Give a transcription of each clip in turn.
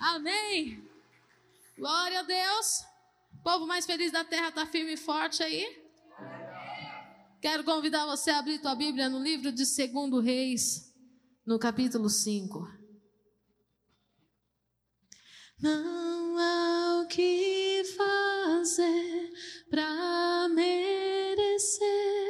Amém. Glória a Deus. O povo mais feliz da terra está firme e forte aí? Quero convidar você a abrir tua Bíblia no livro de 2 Reis, no capítulo 5. Não há o que fazer para merecer.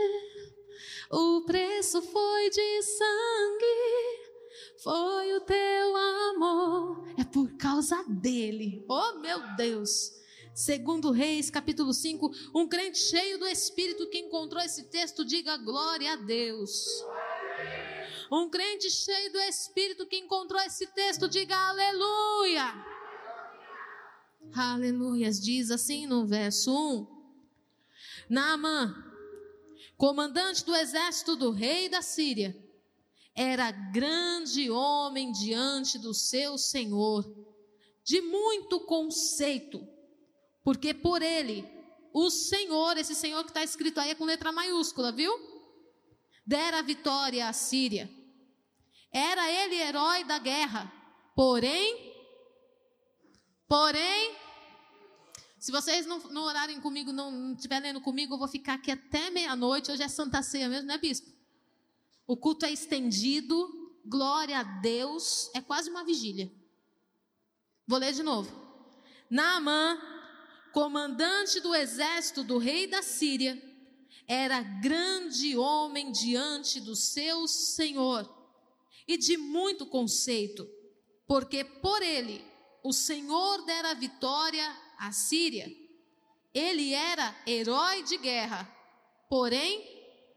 O preço foi de sangue, foi o teu amor. É por causa dele. Oh, meu Deus. 2 Reis, capítulo 5. Um crente cheio do Espírito que encontrou esse texto, diga glória a Deus. Um crente cheio do Espírito que encontrou esse texto, diga aleluia. Aleluias. Diz assim no verso 1. Naamã, comandante do exército do rei da Síria, era grande homem diante do seu senhor, de muito conceito, porque por ele, o Senhor, esse Senhor que está escrito aí é com letra maiúscula, viu? Dera a vitória à Síria. Era ele herói da guerra, porém, se vocês não orarem comigo, não estiverem lendo comigo, eu vou ficar aqui até meia-noite. Hoje é Santa Ceia mesmo, né, bispo? O culto é estendido, glória a Deus, é quase uma vigília. Vou ler de novo. Naamã, comandante do exército do rei da Síria, era grande homem diante do seu senhor e de muito conceito, porque por ele o Senhor dera vitória à Síria. Ele era herói de guerra, porém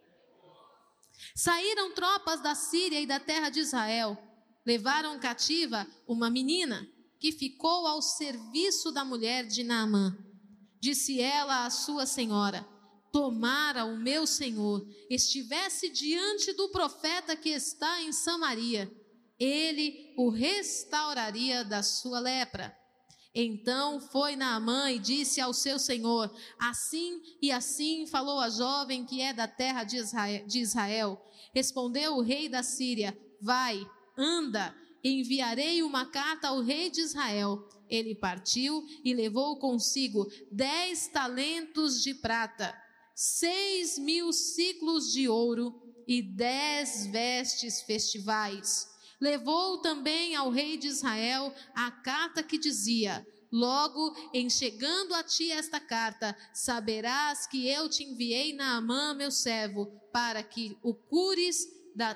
saíram tropas da Síria e da terra de Israel, levaram cativa uma menina que ficou ao serviço da mulher de Naamã. Disse ela à sua senhora: tomara o meu senhor estivesse diante do profeta que está em Samaria, ele o restauraria da sua lepra. Então foi Naamã e disse ao seu senhor: assim e assim falou a jovem que é da terra de Israel. Respondeu o rei da Síria: vai, anda, enviarei uma carta ao rei de Israel. Ele partiu e levou consigo 10 talentos de prata, 6.000 siclos de ouro e 10 vestes festivais. Levou também ao rei de Israel a carta que dizia: logo em chegando a ti esta carta, saberás que eu te enviei Naamã, meu servo, para que o cures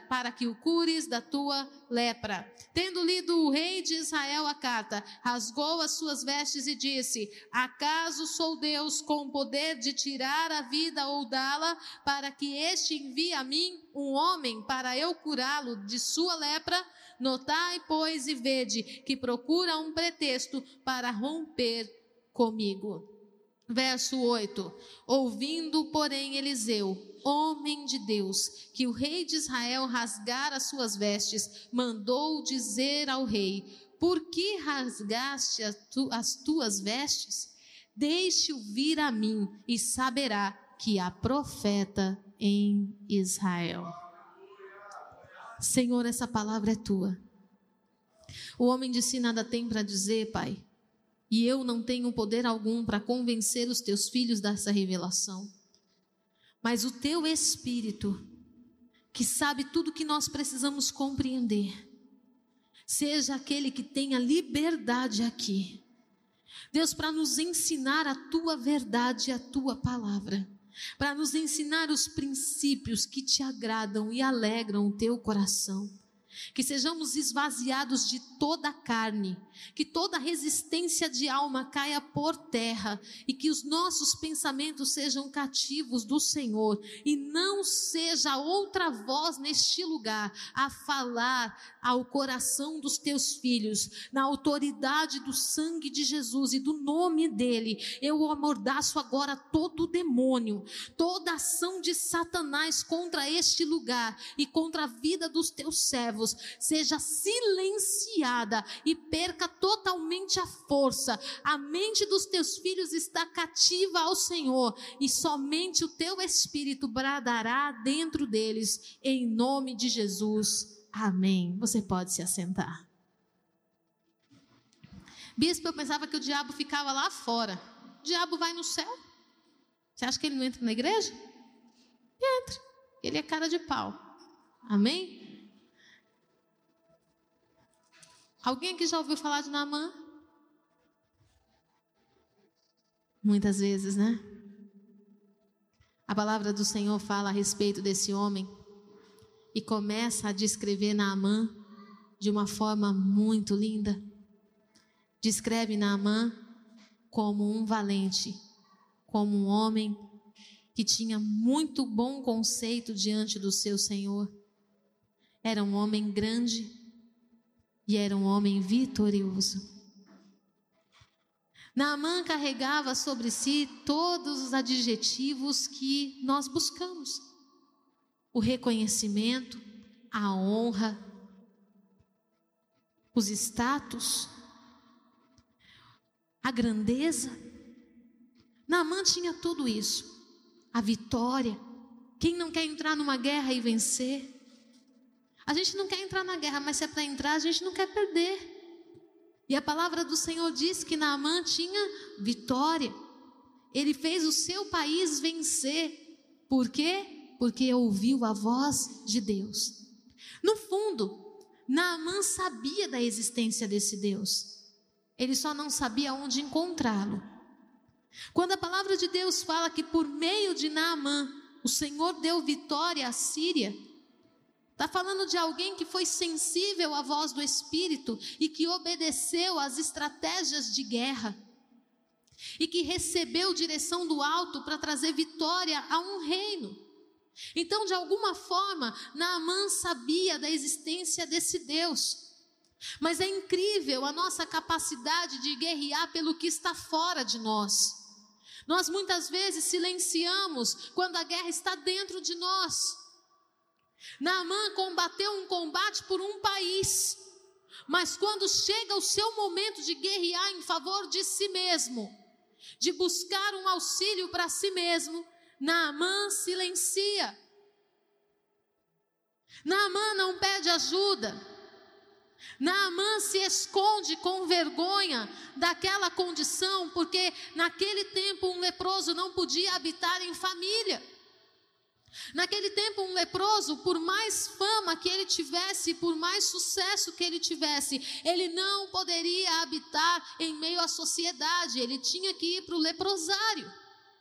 da tua lepra. Tendo lido o rei de Israel a carta, rasgou as suas vestes e disse: acaso sou Deus com poder de tirar a vida ou dá-la, para que este envie a mim um homem para eu curá-lo de sua lepra? Notai, pois, e vede que procura um pretexto para romper comigo. Verso 8. Ouvindo, porém, Eliseu, homem de Deus, que o rei de Israel rasgara as suas vestes, mandou dizer ao rei: por que rasgaste as tuas vestes? Deixe-o vir a mim e saberá que há profeta em Israel. Senhor, essa palavra é tua. O homem de si nada tem para dizer, Pai, e eu não tenho poder algum para convencer os teus filhos dessa revelação. Mas o teu Espírito, que sabe tudo que nós precisamos compreender, seja aquele que tenha liberdade aqui, Deus, para nos ensinar a tua verdade e a tua palavra, para nos ensinar os princípios que te agradam e alegram o teu coração. Que sejamos esvaziados de toda a carne, que toda resistência de alma caia por terra e que os nossos pensamentos sejam cativos do Senhor e não seja outra voz neste lugar a falar ao coração dos teus filhos, na autoridade do sangue de Jesus e do nome dele. Eu amordaço agora todo o demônio, toda ação de Satanás contra este lugar e contra a vida dos teus servos seja silenciada e perca totalmente a força. A mente dos teus filhos está cativa ao Senhor e somente o teu Espírito bradará dentro deles, em nome de Jesus. Amém. Você pode se assentar. Bispo, eu pensava que o diabo ficava lá fora. O diabo vai no céu. Você acha que ele não entra na igreja? Entra. Ele é cara de pau. Amém? Alguém aqui já ouviu falar de Naamã? Muitas vezes, né? A palavra do Senhor fala a respeito desse homem e começa a descrever Naamã de uma forma muito linda. Descreve Naamã como um valente, como um homem que tinha muito bom conceito diante do seu Senhor. Era um homem grande e era um homem vitorioso. Naamã carregava sobre si todos os adjetivos que nós buscamos: o reconhecimento, a honra, os status, a grandeza. Naamã tinha tudo isso. A vitória. Quem não quer entrar numa guerra e vencer? A gente não quer entrar na guerra, mas se é para entrar, a gente não quer perder. E a palavra do Senhor diz que Naamã tinha vitória. Ele fez o seu país vencer. Por quê? Porque ouviu a voz de Deus. No fundo, Naamã sabia da existência desse Deus. Ele só não sabia onde encontrá-lo. Quando a palavra de Deus fala que por meio de Naamã o Senhor deu vitória à Síria, está falando de alguém que foi sensível à voz do Espírito e que obedeceu às estratégias de guerra e que recebeu direção do alto para trazer vitória a um reino. Então, de alguma forma, Naamã sabia da existência desse Deus. Mas é incrível a nossa capacidade de guerrear pelo que está fora de nós. Nós muitas vezes silenciamos quando a guerra está dentro de nós. Naamã combateu um combate por um país, mas quando chega o seu momento de guerrear em favor de si mesmo, de buscar um auxílio para si mesmo, Naamã silencia. Naamã não pede ajuda. Naamã se esconde com vergonha daquela condição, porque naquele tempo um leproso não podia habitar em família. Naquele tempo um leproso, por mais fama que ele tivesse, por mais sucesso que ele tivesse, ele não poderia habitar em meio à sociedade, ele tinha que ir para o leprosário.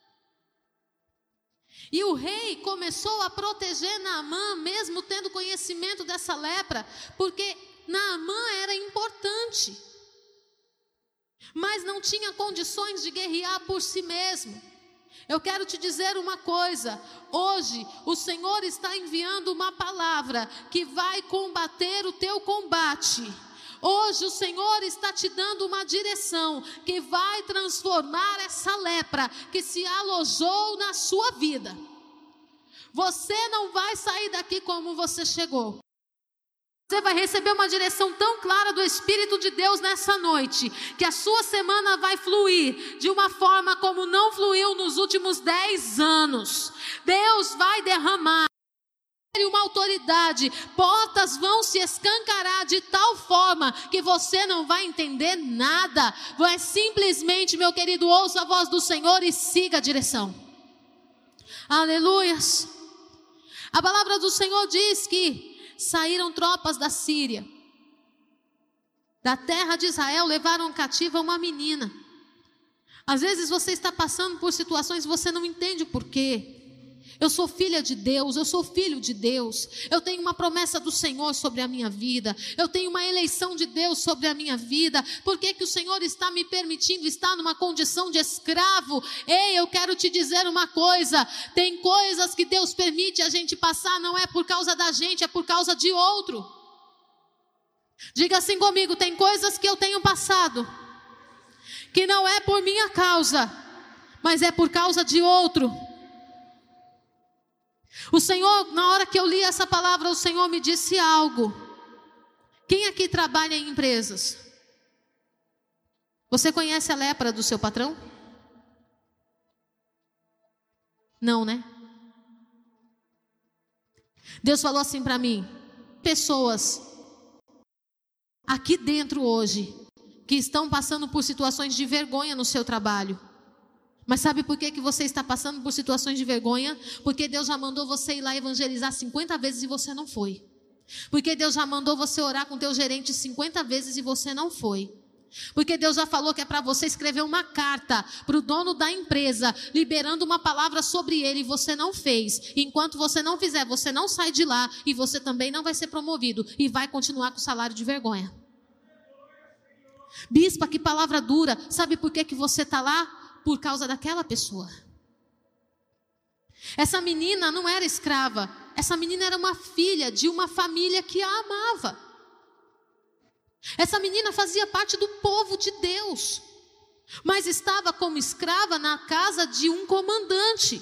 E o rei começou a proteger Naamã, mesmo tendo conhecimento dessa lepra, porque Naamã era importante, mas não tinha condições de guerrear por si mesmo. Eu quero te dizer uma coisa: hoje o Senhor está enviando uma palavra que vai combater o teu combate. Hoje o Senhor está te dando uma direção que vai transformar essa lepra que se alojou na sua vida. Você não vai sair daqui como você chegou. Você vai receber uma direção tão clara do Espírito de Deus nessa noite, que a sua semana vai fluir de uma forma como não fluiu nos últimos 10 anos. Deus vai derramar uma autoridade, portas vão se escancarar de tal forma que você não vai entender nada. Vai simplesmente, meu querido, ouça a voz do Senhor e siga a direção. Aleluias. A palavra do Senhor diz que saíram tropas da Síria, da terra de Israel, levaram cativa uma menina. Às vezes você está passando por situações e você não entende o porquê. Eu sou filha de Deus, eu sou filho de Deus, eu tenho uma promessa do Senhor sobre a minha vida, eu tenho uma eleição de Deus sobre a minha vida. Por que que o Senhor está me permitindo estar numa condição de escravo? Ei, eu quero te dizer uma coisa: tem coisas que Deus permite a gente passar, não é por causa da gente, é por causa de outro. Diga assim comigo: tem coisas que eu tenho passado, que não é por minha causa, mas é por causa de outro. O Senhor, na hora que eu li essa palavra, o Senhor me disse algo. Quem aqui trabalha em empresas? Você conhece a lepra do seu patrão? Não, né? Deus falou assim para mim: pessoas aqui dentro hoje que estão passando por situações de vergonha no seu trabalho. Mas sabe por que você está passando por situações de vergonha? Porque Deus já mandou você ir lá evangelizar 50 vezes e você não foi. Porque Deus já mandou você orar com teu gerente 50 vezes e você não foi. Porque Deus já falou que é para você escrever uma carta para o dono da empresa, liberando uma palavra sobre ele, e você não fez. Enquanto você não fizer, você não sai de lá, e você também não vai ser promovido, e vai continuar com o salário de vergonha. Bispa, que palavra dura. Sabe por que você está lá? Por causa daquela pessoa. Essa menina não era escrava. Essa menina era uma filha de uma família que a amava. Essa menina fazia parte do povo de Deus, mas estava como escrava na casa de um comandante.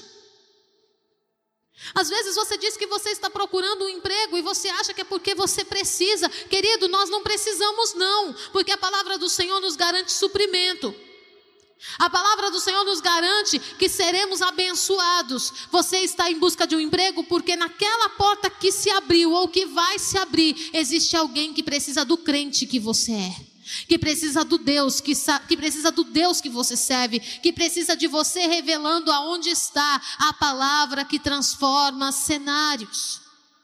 Às vezes você diz que você está procurando um emprego e você acha que é porque você precisa. Querido, nós não precisamos não, porque a palavra do Senhor nos garante suprimento. A palavra do Senhor nos garante que seremos abençoados. Você está em busca de um emprego porque naquela porta que se abriu ou que vai se abrir, existe alguém que precisa do crente que você é, que precisa do Deus que precisa do Deus que você serve, que precisa de você revelando aonde está a palavra que transforma cenários.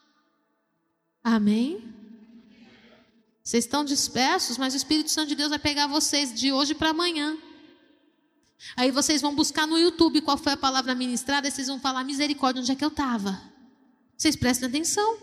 Amém? Vocês estão dispersos, mas o Espírito Santo de Deus vai pegar vocês de hoje para amanhã. Aí vocês vão buscar no YouTube qual foi a palavra ministrada, e vocês vão falar: misericórdia, onde é que eu estava? Vocês prestem atenção.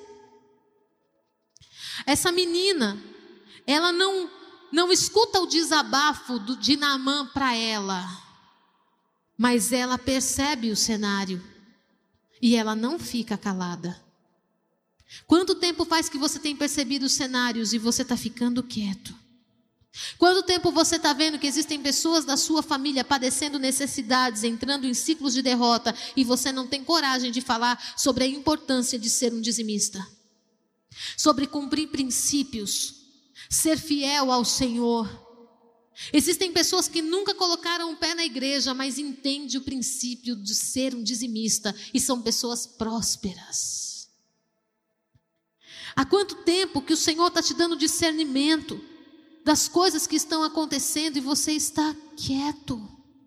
Essa menina, ela não escuta o desabafo de Naamã para ela, mas ela percebe o cenário e ela não fica calada. Quanto tempo faz que você tem percebido os cenários e você está ficando quieto? Quanto tempo você está vendo que existem pessoas da sua família padecendo necessidades, entrando em ciclos de derrota, e você não tem coragem de falar sobre a importância de ser um dizimista, sobre cumprir princípios, ser fiel ao Senhor? Existem pessoas que nunca colocaram o pé na igreja, mas entendem o princípio de ser um dizimista, e são pessoas prósperas. Há quanto tempo que o Senhor está te dando discernimento das coisas que estão acontecendo e você está quieto?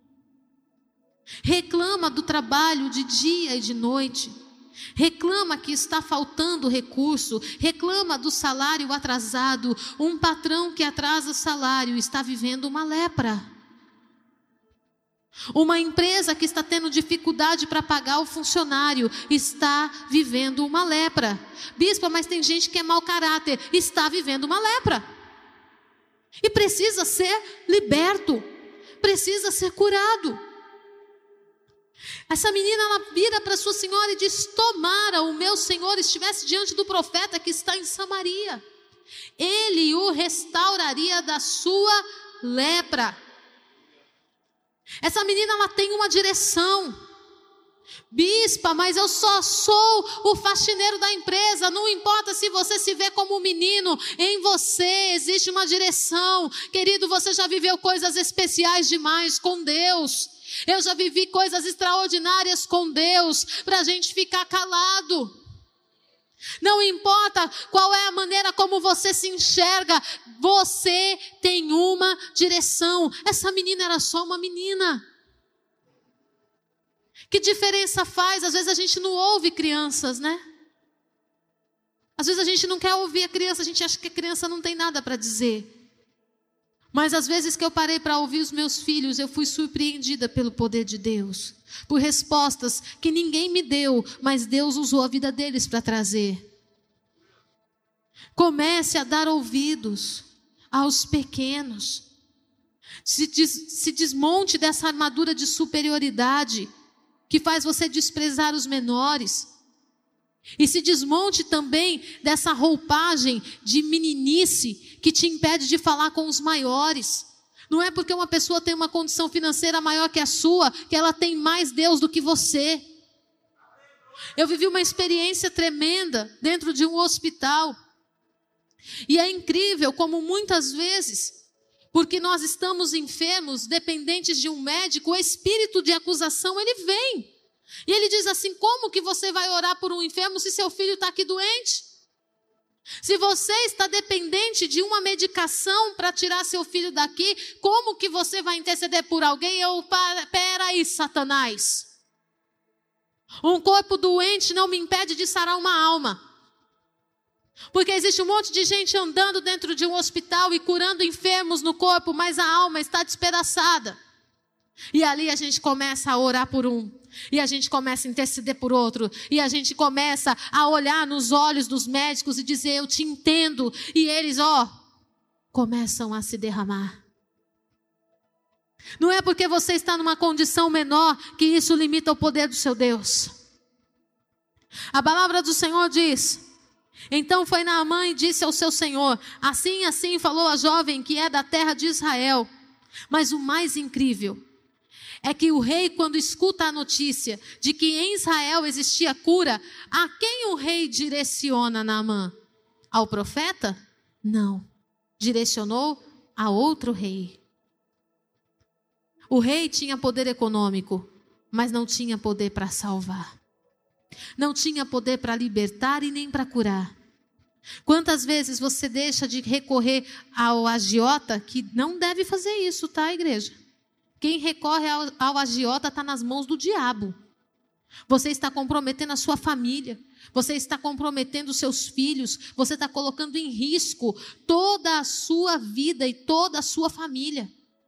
Reclama do trabalho de dia e de noite, reclama que está faltando recurso, reclama do salário atrasado. Um patrão que atrasa o salário está vivendo uma lepra. Uma empresa que está tendo dificuldade para pagar o funcionário está vivendo uma lepra. Bispa, mas tem gente que é mau caráter, está vivendo uma lepra. E precisa ser liberto, precisa ser curado. Essa menina, ela vira para sua senhora e diz: tomara o meu senhor estivesse diante do profeta que está em Samaria, ele o restauraria da sua lepra. Essa menina, ela tem uma direção. Bispa, mas eu só sou o faxineiro da empresa. Não importa se você se vê como um menino, em você existe uma direção. Querido, você já viveu coisas especiais demais com Deus. Eu já vivi coisas extraordinárias com Deus para a gente ficar calado. Não importa qual é a maneira como você se enxerga, você tem uma direção. Essa menina era só uma menina. Que diferença faz? Às vezes a gente não ouve crianças, né? Às vezes a gente não quer ouvir a criança, a gente acha que a criança não tem nada para dizer. Mas às vezes que eu parei para ouvir os meus filhos, eu fui surpreendida pelo poder de Deus, por respostas que ninguém me deu, mas Deus usou a vida deles para trazer. Comece a dar ouvidos aos pequenos. Se desmonte dessa armadura de superioridade que faz você desprezar os menores. E se desmonte também dessa roupagem de meninice que te impede de falar com os maiores. Não é porque uma pessoa tem uma condição financeira maior que a sua, que ela tem mais Deus do que você. Eu vivi uma experiência tremenda dentro de um hospital. E é incrível como muitas vezes, porque nós estamos enfermos, dependentes de um médico, o espírito de acusação, ele vem. E ele diz assim: como que você vai orar por um enfermo se seu filho está aqui doente? Se você está dependente de uma medicação para tirar seu filho daqui, como que você vai interceder por alguém? Peraí, Satanás. Um corpo doente não me impede de sarar uma alma. Porque existe um monte de gente andando dentro de um hospital e curando enfermos no corpo, mas a alma está despedaçada. E ali a gente começa a orar por um. E a gente começa a interceder por outro. E a gente começa a olhar nos olhos dos médicos e dizer, eu te entendo. E eles, começam a se derramar. Não é porque você está numa condição menor que isso limita o poder do seu Deus. A palavra do Senhor diz, então foi Naamã e disse ao seu senhor, assim falou a jovem que é da terra de Israel. Mas o mais incrível é que o rei, quando escuta a notícia de que em Israel existia cura, a quem o rei direciona Naamã? Ao profeta? Não. Direcionou a outro rei. O rei tinha poder econômico, mas não tinha poder para salvar. Não tinha poder para libertar e nem para curar. Quantas vezes você deixa de recorrer ao agiota, que não deve fazer isso, tá, igreja? Quem recorre ao agiota está nas mãos do diabo. Você está comprometendo a sua família. Você está comprometendo os seus filhos. Você está colocando em risco toda a sua vida e toda a sua família.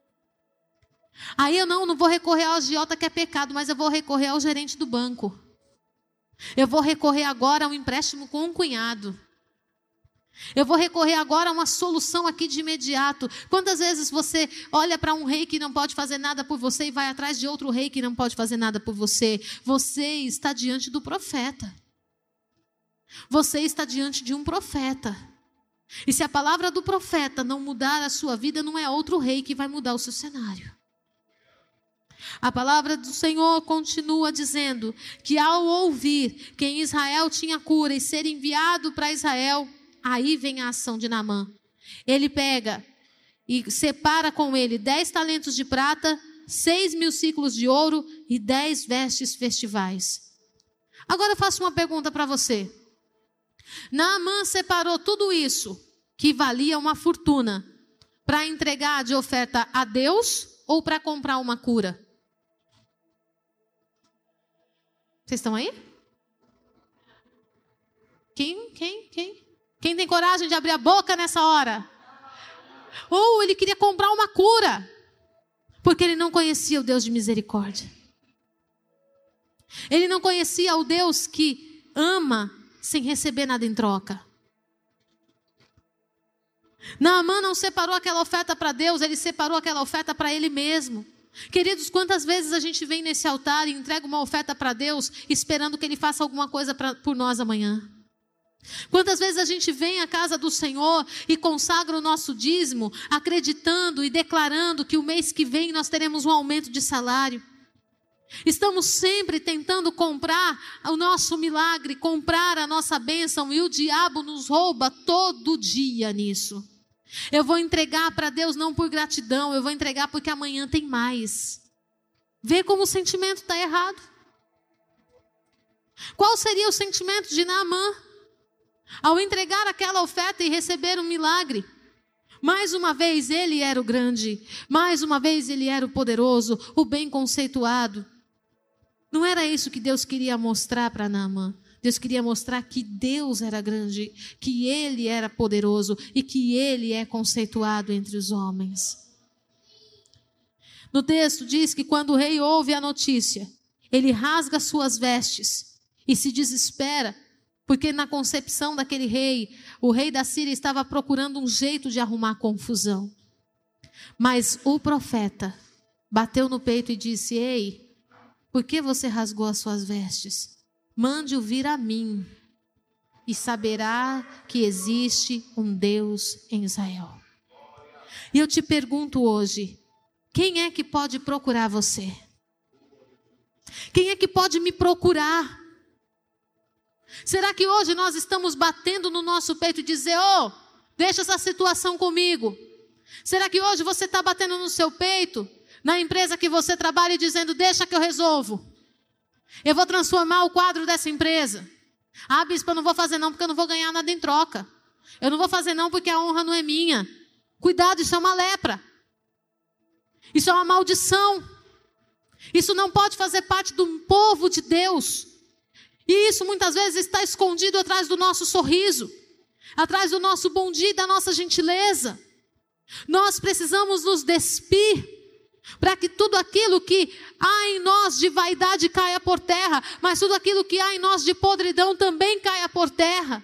Aí eu não vou recorrer ao agiota, que é pecado, mas eu vou recorrer ao gerente do banco. Eu vou recorrer agora a um empréstimo com um cunhado. Eu vou recorrer agora a uma solução aqui de imediato. Quantas vezes você olha para um rei que não pode fazer nada por você e vai atrás de outro rei que não pode fazer nada por você? Você está diante do profeta. Você está diante de um profeta. E se a palavra do profeta não mudar a sua vida, não é outro rei que vai mudar o seu cenário. A palavra do Senhor continua dizendo que ao ouvir que em Israel tinha cura e ser enviado para Israel, aí vem a ação de Naamã. Ele pega e separa com ele 10 talentos de prata, 6.000 ciclos de ouro e 10 vestes festivais. Agora eu faço uma pergunta para você. Naamã separou tudo isso, que valia uma fortuna, para entregar de oferta a Deus ou para comprar uma cura? Vocês estão aí? Quem tem coragem de abrir a boca nessa hora? Ou ele queria comprar uma cura, porque ele não conhecia o Deus de misericórdia. Ele não conhecia o Deus que ama sem receber nada em troca. Naamã não separou aquela oferta para Deus, ele separou aquela oferta para ele mesmo. Queridos, quantas vezes a gente vem nesse altar e entrega uma oferta para Deus, esperando que Ele faça alguma coisa por nós amanhã? Quantas vezes a gente vem à casa do Senhor e consagra o nosso dízimo, acreditando e declarando que o mês que vem nós teremos um aumento de salário? Estamos sempre tentando comprar o nosso milagre, comprar a nossa bênção, e o diabo nos rouba todo dia nisso. Eu vou entregar para Deus não por gratidão, eu vou entregar porque amanhã tem mais. Vê como o sentimento está errado. Qual seria o sentimento de Naamã ao entregar aquela oferta e receber um milagre? Mais uma vez ele era o grande, mais uma vez ele era o poderoso, o bem conceituado. Não era isso que Deus queria mostrar para Naamã. Deus queria mostrar que Deus era grande, que Ele era poderoso e que Ele é conceituado entre os homens. No texto diz que quando o rei ouve a notícia, ele rasga suas vestes e se desespera, porque na concepção daquele rei, o rei da Síria estava procurando um jeito de arrumar confusão. Mas o profeta bateu no peito e disse: ei, por que você rasgou as suas vestes? Mande-o vir a mim, e saberá que existe um Deus em Israel. E eu te pergunto hoje, quem é que pode procurar você? Quem é que pode me procurar? Será que hoje nós estamos batendo no nosso peito e dizer: deixa essa situação comigo? Será que hoje você está batendo no seu peito, na empresa que você trabalha, e dizendo: deixa que eu resolvo? Eu vou transformar o quadro dessa empresa. Ah, bispo, eu não vou fazer não, porque eu não vou ganhar nada em troca. Eu não vou fazer não porque a honra não é minha. Cuidado, isso é uma lepra. Isso é uma maldição. Isso não pode fazer parte do povo de Deus. E isso muitas vezes está escondido atrás do nosso sorriso, atrás do nosso bom dia e da nossa gentileza. Nós precisamos nos despir para que tudo aquilo que há em nós de vaidade caia por terra, mas tudo aquilo que há em nós de podridão também caia por terra.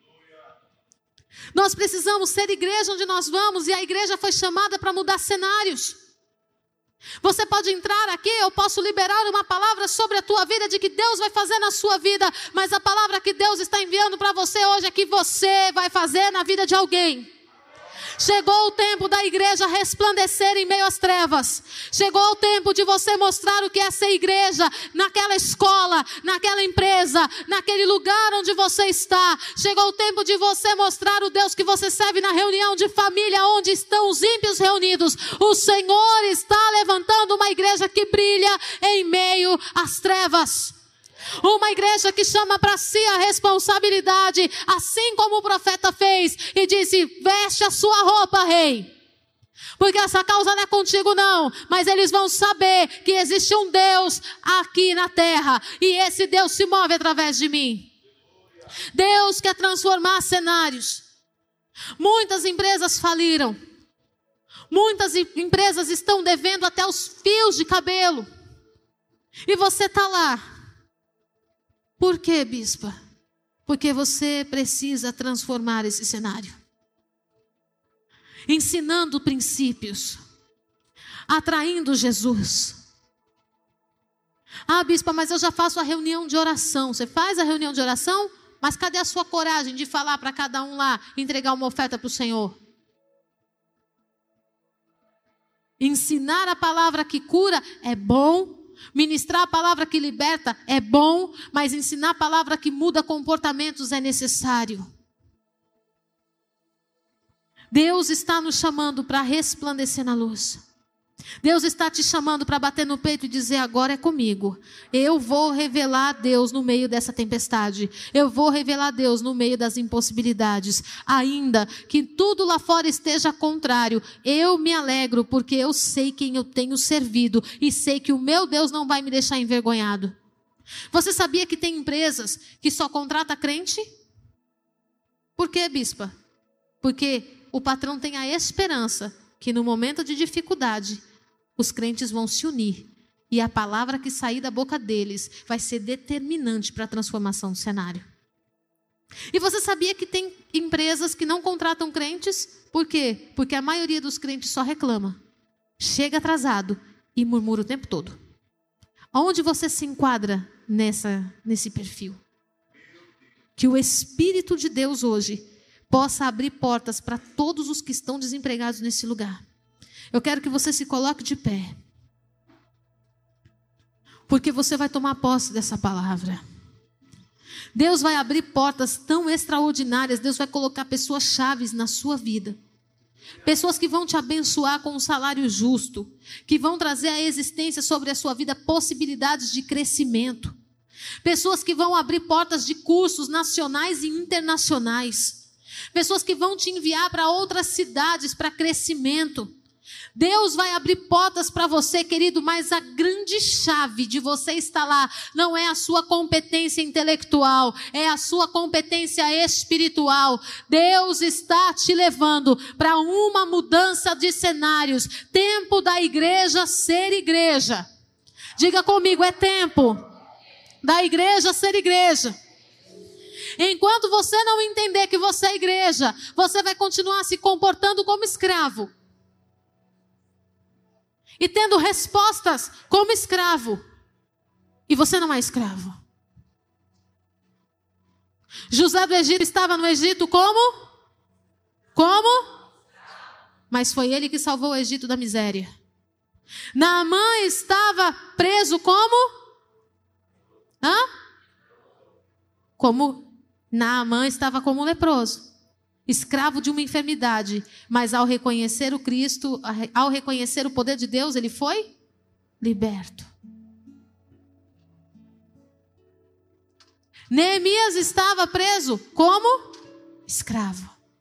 Nós precisamos ser igreja onde nós vamos, e a igreja foi chamada para mudar cenários. Você pode entrar aqui, eu posso liberar uma palavra sobre a tua vida, de que Deus vai fazer na sua vida, mas a palavra que Deus está enviando para você hoje é que você vai fazer na vida de alguém. Chegou o tempo da igreja resplandecer em meio às trevas. Chegou o tempo de você mostrar o que é ser igreja naquela escola, naquela empresa, naquele lugar onde você está. Chegou o tempo de você mostrar o Deus que você serve na reunião de família, onde estão os ímpios reunidos. O Senhor está levantando uma igreja que brilha em meio às trevas. Uma igreja que chama para si a responsabilidade, assim como o profeta fez e disse: veste a sua roupa, rei, porque essa causa não é contigo não, mas eles vão saber que existe um Deus aqui na terra, e esse Deus se move através de mim. Deus quer transformar cenários. Muitas empresas faliram, muitas empresas estão devendo até os fios de cabelo, e você está lá. Por quê, bispa? Porque você precisa transformar esse cenário. Ensinando princípios. Atraindo Jesus. Ah, bispa, mas eu já faço a reunião de oração. Você faz a reunião de oração? Mas cadê a sua coragem de falar para cada um lá, entregar uma oferta para o Senhor? Ensinar a palavra que cura é bom. Ministrar a palavra que liberta é bom, mas ensinar a palavra que muda comportamentos é necessário. Deus está nos chamando para resplandecer na luz. Deus está te chamando para bater no peito e dizer: agora é comigo. Eu vou revelar a Deus no meio dessa tempestade. Eu vou revelar a Deus no meio das impossibilidades. Ainda que tudo lá fora esteja contrário, eu me alegro, porque eu sei quem eu tenho servido e sei que o meu Deus não vai me deixar envergonhado. Você sabia que tem empresas que só contratam crente? Por quê, bispa? Porque o patrão tem a esperança que no momento de dificuldade os crentes vão se unir, e a palavra que sair da boca deles vai ser determinante para a transformação do cenário. E você sabia que tem empresas que não contratam crentes? Por quê? Porque a maioria dos crentes só reclama, chega atrasado e murmura o tempo todo. Onde você se enquadra nesse perfil? Que o Espírito de Deus hoje possa abrir portas para todos os que estão desempregados nesse lugar. Eu quero que você se coloque de pé, porque você vai tomar posse dessa palavra. Deus vai abrir portas tão extraordinárias. Deus vai colocar pessoas chaves na sua vida, pessoas que vão te abençoar com um salário justo, que vão trazer à existência sobre a sua vida possibilidades de crescimento, pessoas que vão abrir portas de cursos nacionais e internacionais, pessoas que vão te enviar para outras cidades para crescimento. Deus vai abrir portas para você, querido, mas a grande chave de você estar lá não é a sua competência intelectual, é a sua competência espiritual. Deus está te levando para uma mudança de cenários. Tempo da igreja ser igreja. Diga comigo, é tempo da igreja ser igreja. Enquanto você não entender que você é igreja, você vai continuar se comportando como escravo e tendo respostas como escravo. E você não é escravo. José do Egito estava no Egito como? Como? Mas foi ele que salvou o Egito da miséria. Naamã estava preso como? Naamã estava como leproso, escravo de uma enfermidade, mas ao reconhecer o Cristo, ao reconhecer o poder de Deus, ele foi liberto. Neemias estava preso como escravo,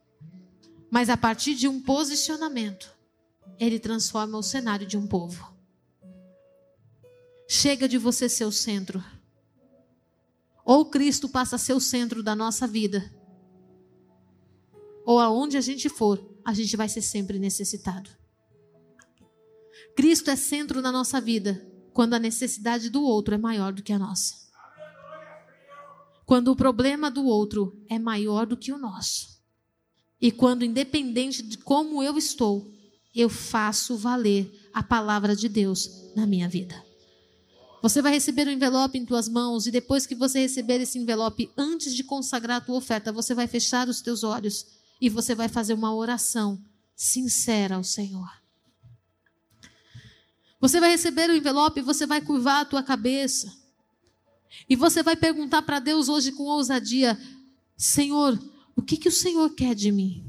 Mas a partir de um posicionamento, Ele transforma o cenário de um povo. Chega de você ser o centro. Ou Cristo passa a ser o centro da nossa vida, ou aonde a gente for, a gente vai ser sempre necessitado. Cristo é centro na nossa vida quando a necessidade do outro é maior do que a nossa. Quando o problema do outro é maior do que o nosso. E quando, independente de como eu estou, eu faço valer a palavra de Deus na minha vida. Você vai receber um envelope em tuas mãos, e depois que você receber esse envelope, antes de consagrar a tua oferta, você vai fechar os teus olhos e você vai fazer uma oração sincera ao Senhor. Você vai receber o envelope e você vai curvar a tua cabeça. E você vai perguntar para Deus hoje com ousadia: Senhor, o que o Senhor quer de mim?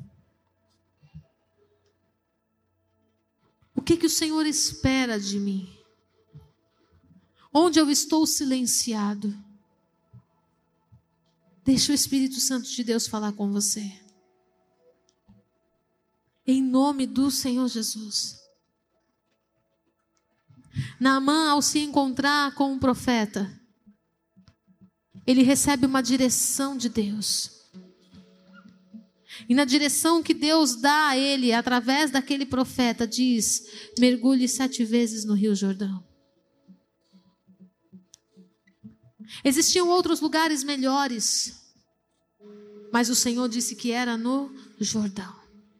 O que o Senhor espera de mim? Onde eu estou silenciado? Deixa o Espírito Santo de Deus falar com você. Em nome do Senhor Jesus. Naamã, ao se encontrar com um profeta, ele recebe uma direção de Deus. E na direção que Deus dá a ele, através daquele profeta, diz: mergulhe 7 vezes no Rio Jordão. Existiam outros lugares melhores, mas o Senhor disse que era no Jordão.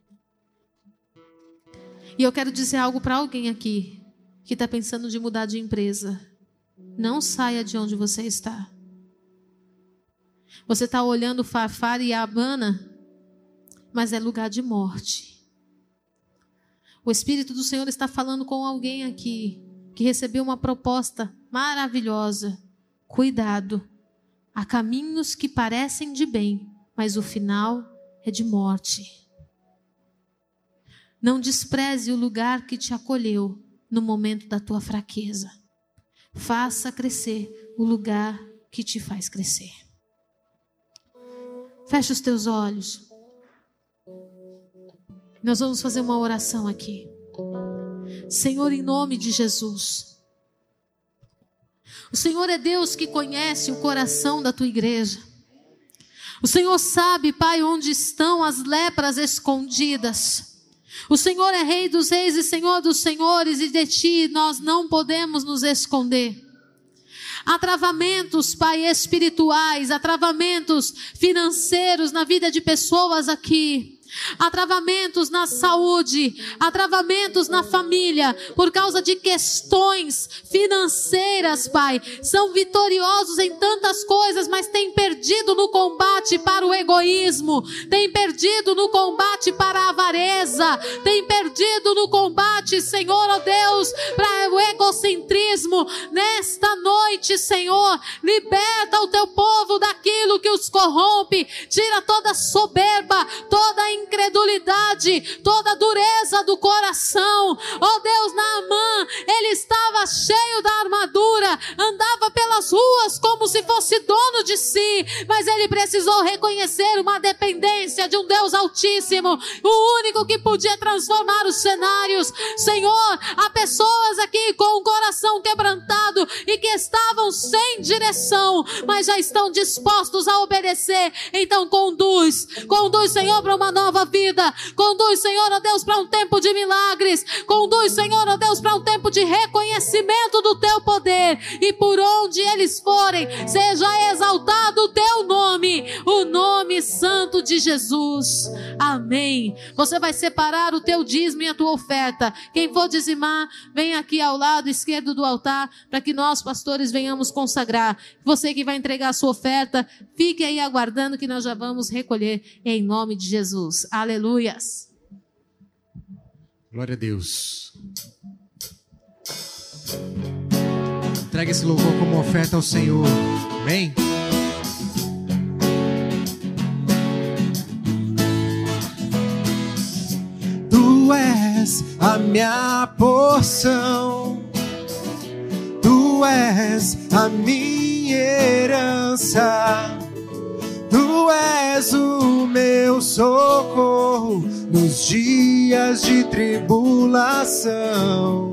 E eu quero dizer algo para alguém aqui que está pensando de mudar de empresa. Não saia de onde você está. Você está olhando Farfar e Abana, mas é lugar de morte. O Espírito do Senhor está falando com alguém aqui que recebeu uma proposta maravilhosa. Cuidado, há caminhos que parecem de bem, mas o final é de morte. Não despreze o lugar que te acolheu no momento da tua fraqueza. Faça crescer o lugar que te faz crescer. Fecha os teus olhos. Nós vamos fazer uma oração aqui. Senhor, em nome de Jesus. O Senhor é Deus que conhece o coração da tua igreja. O Senhor sabe, Pai, onde estão as lepras escondidas. O Senhor é Rei dos reis e Senhor dos senhores, e de ti nós não podemos nos esconder. Há travamentos, Pai, espirituais, há travamentos financeiros na vida de pessoas aqui. Há travamentos na saúde, há travamentos na família, por causa de questões financeiras, Pai. São vitoriosos em tantas coisas, mas têm perdido no combate para o egoísmo, têm perdido no combate para a avareza, têm perdido no combate, Senhor, ó Deus, para o egocentrismo. Nesta noite, Senhor, liberta o teu povo daquilo que os corrompe, tira toda soberba, toda incredulidade, toda dureza do coração. Oh Deus, Naamã, ele estava cheio da armadura, andava pelas ruas como se fosse dono de si, mas ele precisou reconhecer uma dependência de um Deus Altíssimo, o único que podia transformar os cenários. Senhor, há pessoas aqui com o coração quebrantado e que estavam sem direção, mas já estão dispostos a obedecer. Então conduz, Senhor, para uma nova vida. Conduz, Senhor, ó Deus, para um tempo de milagres. Conduz, Senhor, ó Deus, para um tempo de reconhecimento do teu poder. E por onde eles forem, seja exaltado o teu nome, o nome santo de Jesus. Amém. Você vai separar o teu dízimo e a tua oferta. Quem for dizimar, vem aqui ao lado esquerdo do altar, para que nós, pastores, venhamos consagrar. Você que vai entregar a sua oferta, fique aí aguardando que nós já vamos recolher em nome de Jesus. Aleluias. Glória a Deus. Entregue esse louvor como oferta ao Senhor. Amém? Tu és a minha porção, tu és a minha herança, Tu és o meu socorro nos dias de tribulação.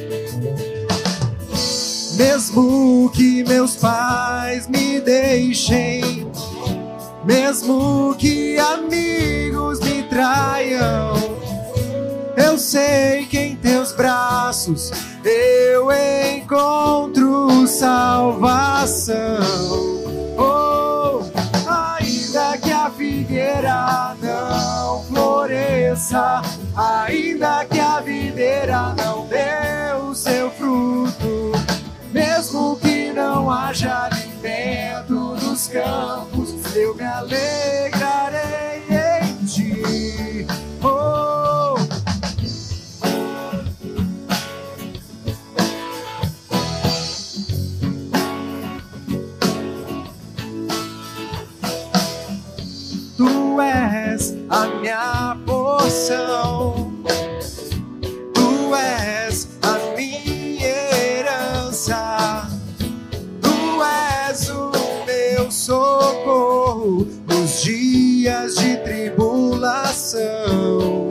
Mesmo que meus pais me deixem, mesmo que amigos me traiam, eu sei que em teus braços eu encontro salvação. Oh, ainda que a figueira não floresça, ainda que a videira não dê o seu fruto, mesmo que não haja alimento nos campos, eu me alegrarei em ti. Oh, tu és a minha porção, tu és a minha herança, tu és o meu socorro nos dias de tribulação.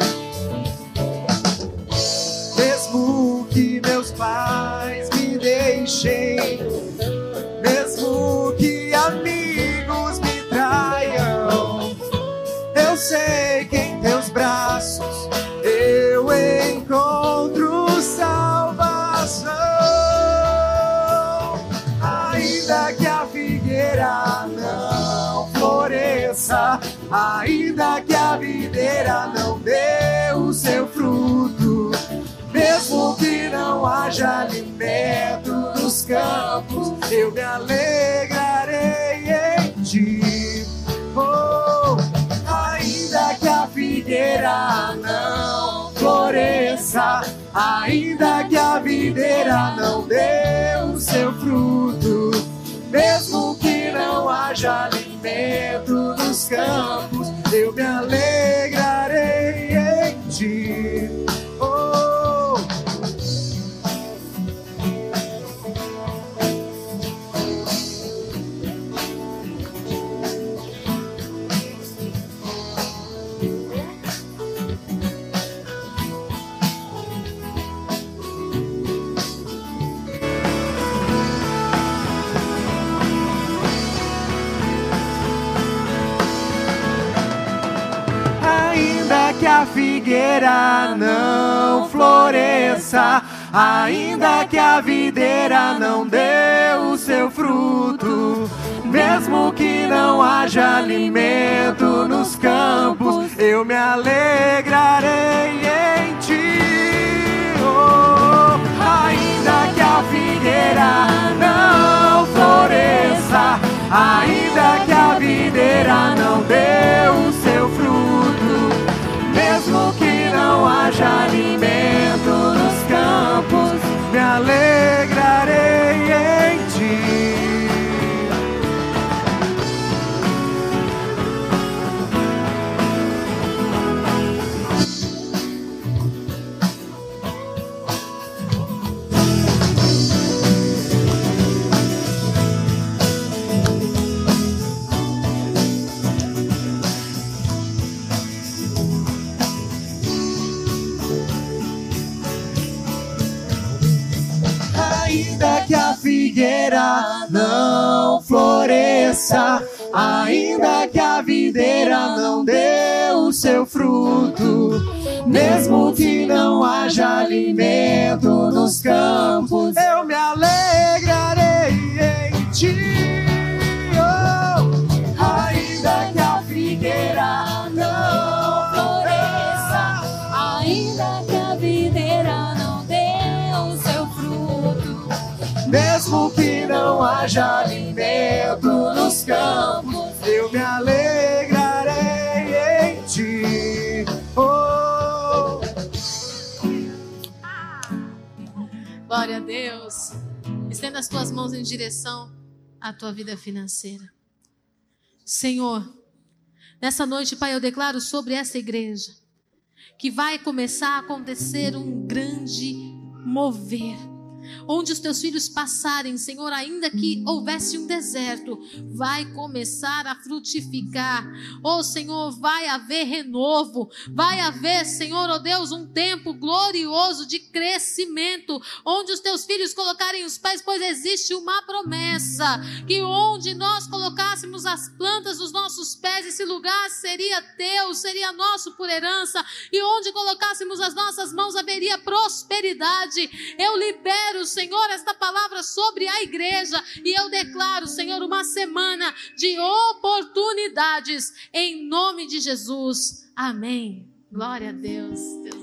Mesmo que meus pais me deixem, mesmo que amigos me traiam, eu sei que em teus braços eu encontro salvação. Ainda que a figueira não floresça, ainda que a videira não dê o seu fruto, mesmo que não haja alimento nos campos, eu me alegrarei em ti. Oh, ainda que a figueira não floresça, ainda que a videira não dê o seu fruto, mesmo que não haja alimento nos campos, eu me alegrarei em ti. Oh, ainda que a figueira não floresça, ainda que a videira não dê o seu fruto, mesmo que não haja alimento nos campos, eu me alegrarei em ti. Oh, ainda que a figueira não floresça, ainda que a videira não dê o seu fruto, mesmo que não haja alimento nos campos, me alegrarei em ti. Ainda que a figueira não floresça, ainda que a videira não dê o seu fruto, mesmo que não haja alimento nos campos, eu me alegrarei em ti. Oh, ainda que a figueira não floresça, Ainda que a videira não dê o seu fruto, mesmo que não haja alimento nos campos, eu me alegrarei em ti. Oh. Glória a Deus. Estenda as tuas mãos em direção à tua vida financeira. Senhor, nessa noite, Pai, eu declaro sobre essa igreja que vai começar a acontecer um grande mover, Onde os teus filhos passarem, Senhor, ainda que houvesse um deserto, vai começar a frutificar. Oh, Senhor, vai haver renovo. Vai haver, Senhor, oh Deus, um tempo glorioso de crescimento. Onde os teus filhos colocarem os pés, pois existe uma promessa, que onde nós colocássemos as plantas dos nossos pés, esse lugar seria teu, seria nosso por herança. E onde colocássemos as nossas mãos, haveria prosperidade. Eu libero, Senhor, esta palavra sobre a igreja e eu declaro, Senhor, uma semana de oportunidades em nome de Jesus. Amém. Glória a Deus. Deus